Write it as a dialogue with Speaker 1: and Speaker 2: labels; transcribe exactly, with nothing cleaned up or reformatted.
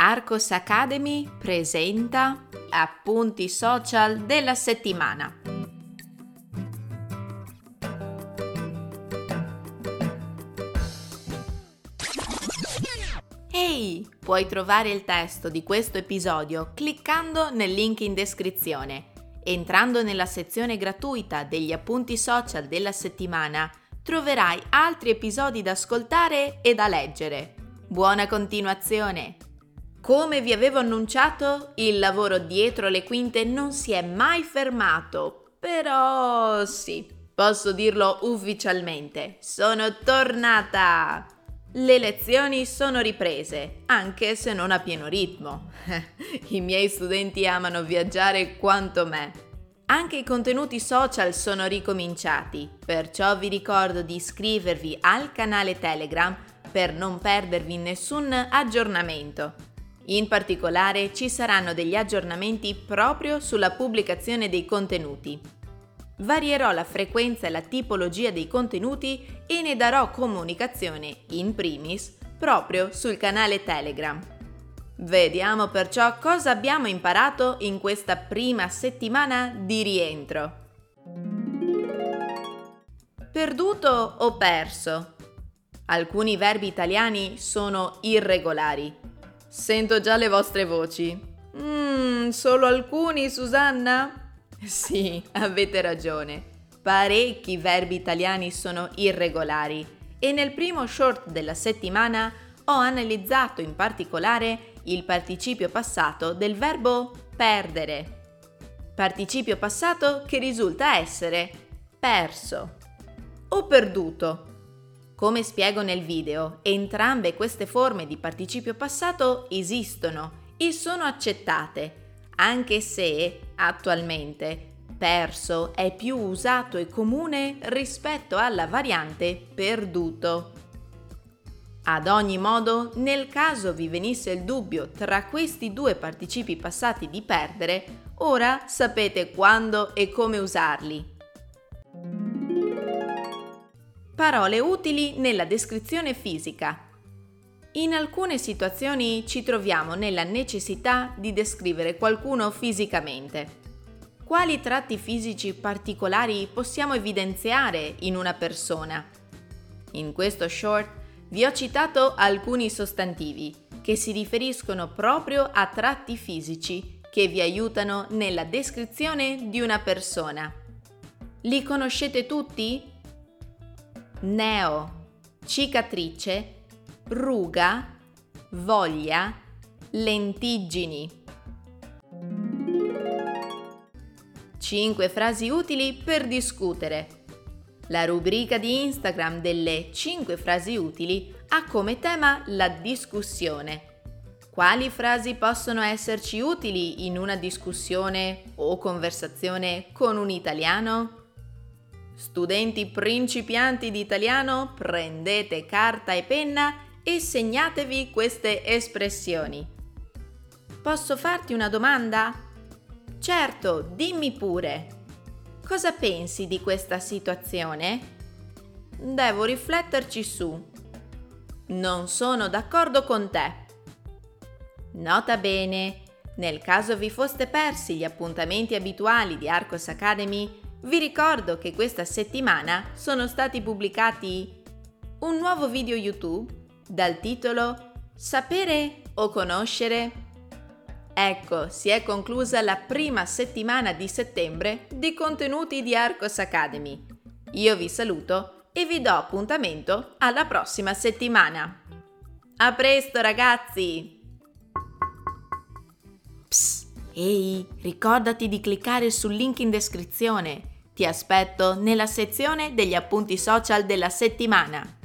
Speaker 1: Arcos Academy presenta Appunti social della settimana. Ehi, puoi trovare il testo di questo episodio cliccando nel link in descrizione. Entrando nella sezione gratuita degli appunti social della settimana, troverai altri episodi da ascoltare e da leggere. Buona continuazione! Come vi avevo annunciato, il lavoro dietro le quinte non si è mai fermato, però sì, posso dirlo ufficialmente, sono tornata! Le lezioni sono riprese, anche se non a pieno ritmo. I miei studenti amano viaggiare quanto me. Anche i contenuti social sono ricominciati, perciò vi ricordo di iscrivervi al canale Telegram per non perdervi nessun aggiornamento. In particolare ci saranno degli aggiornamenti proprio sulla pubblicazione dei contenuti. Varierò la frequenza e la tipologia dei contenuti e ne darò comunicazione, in primis, proprio sul canale Telegram. Vediamo perciò cosa abbiamo imparato in questa prima settimana di rientro. Perduto o perso? Alcuni verbi italiani sono irregolari. Sento già le vostre voci. Mmm, solo alcuni, Susanna? Sì, avete ragione. Parecchi verbi italiani sono irregolari e nel primo short della settimana ho analizzato in particolare il participio passato del verbo perdere. Participio passato che risulta essere perso o perduto. Come spiego nel video, entrambe queste forme di participio passato esistono e sono accettate, anche se, attualmente, perso è più usato e comune rispetto alla variante perduto. Ad ogni modo, nel caso vi venisse il dubbio tra questi due participi passati di perdere, ora sapete quando e come usarli. Parole utili nella descrizione fisica. In alcune situazioni ci troviamo nella necessità di descrivere qualcuno fisicamente. Quali tratti fisici particolari possiamo evidenziare in una persona? In questo short vi ho citato alcuni sostantivi che si riferiscono proprio a tratti fisici che vi aiutano nella descrizione di una persona. Li conoscete tutti? Neo, cicatrice, ruga, voglia, lentiggini. cinque frasi utili per discutere. La rubrica di Instagram delle cinque frasi utili ha come tema la discussione. Quali frasi possono esserci utili in una discussione o conversazione con un italiano? Studenti principianti di italiano, prendete carta e penna e segnatevi queste espressioni. Posso farti una domanda? Certo, dimmi pure. Cosa pensi di questa situazione? Devo rifletterci su. Non sono d'accordo con te. Nota bene, nel caso vi foste persi gli appuntamenti abituali di Arcos Academy, vi ricordo che questa settimana sono stati pubblicati un nuovo video YouTube dal titolo Sapere o conoscere? Ecco, si è conclusa la prima settimana di settembre di contenuti di Arcos Academy. Io vi saluto e vi do appuntamento alla prossima settimana. A presto ragazzi! Psst, ehi, ricordati di cliccare sul link in descrizione. Ti aspetto nella sezione degli appunti social della settimana.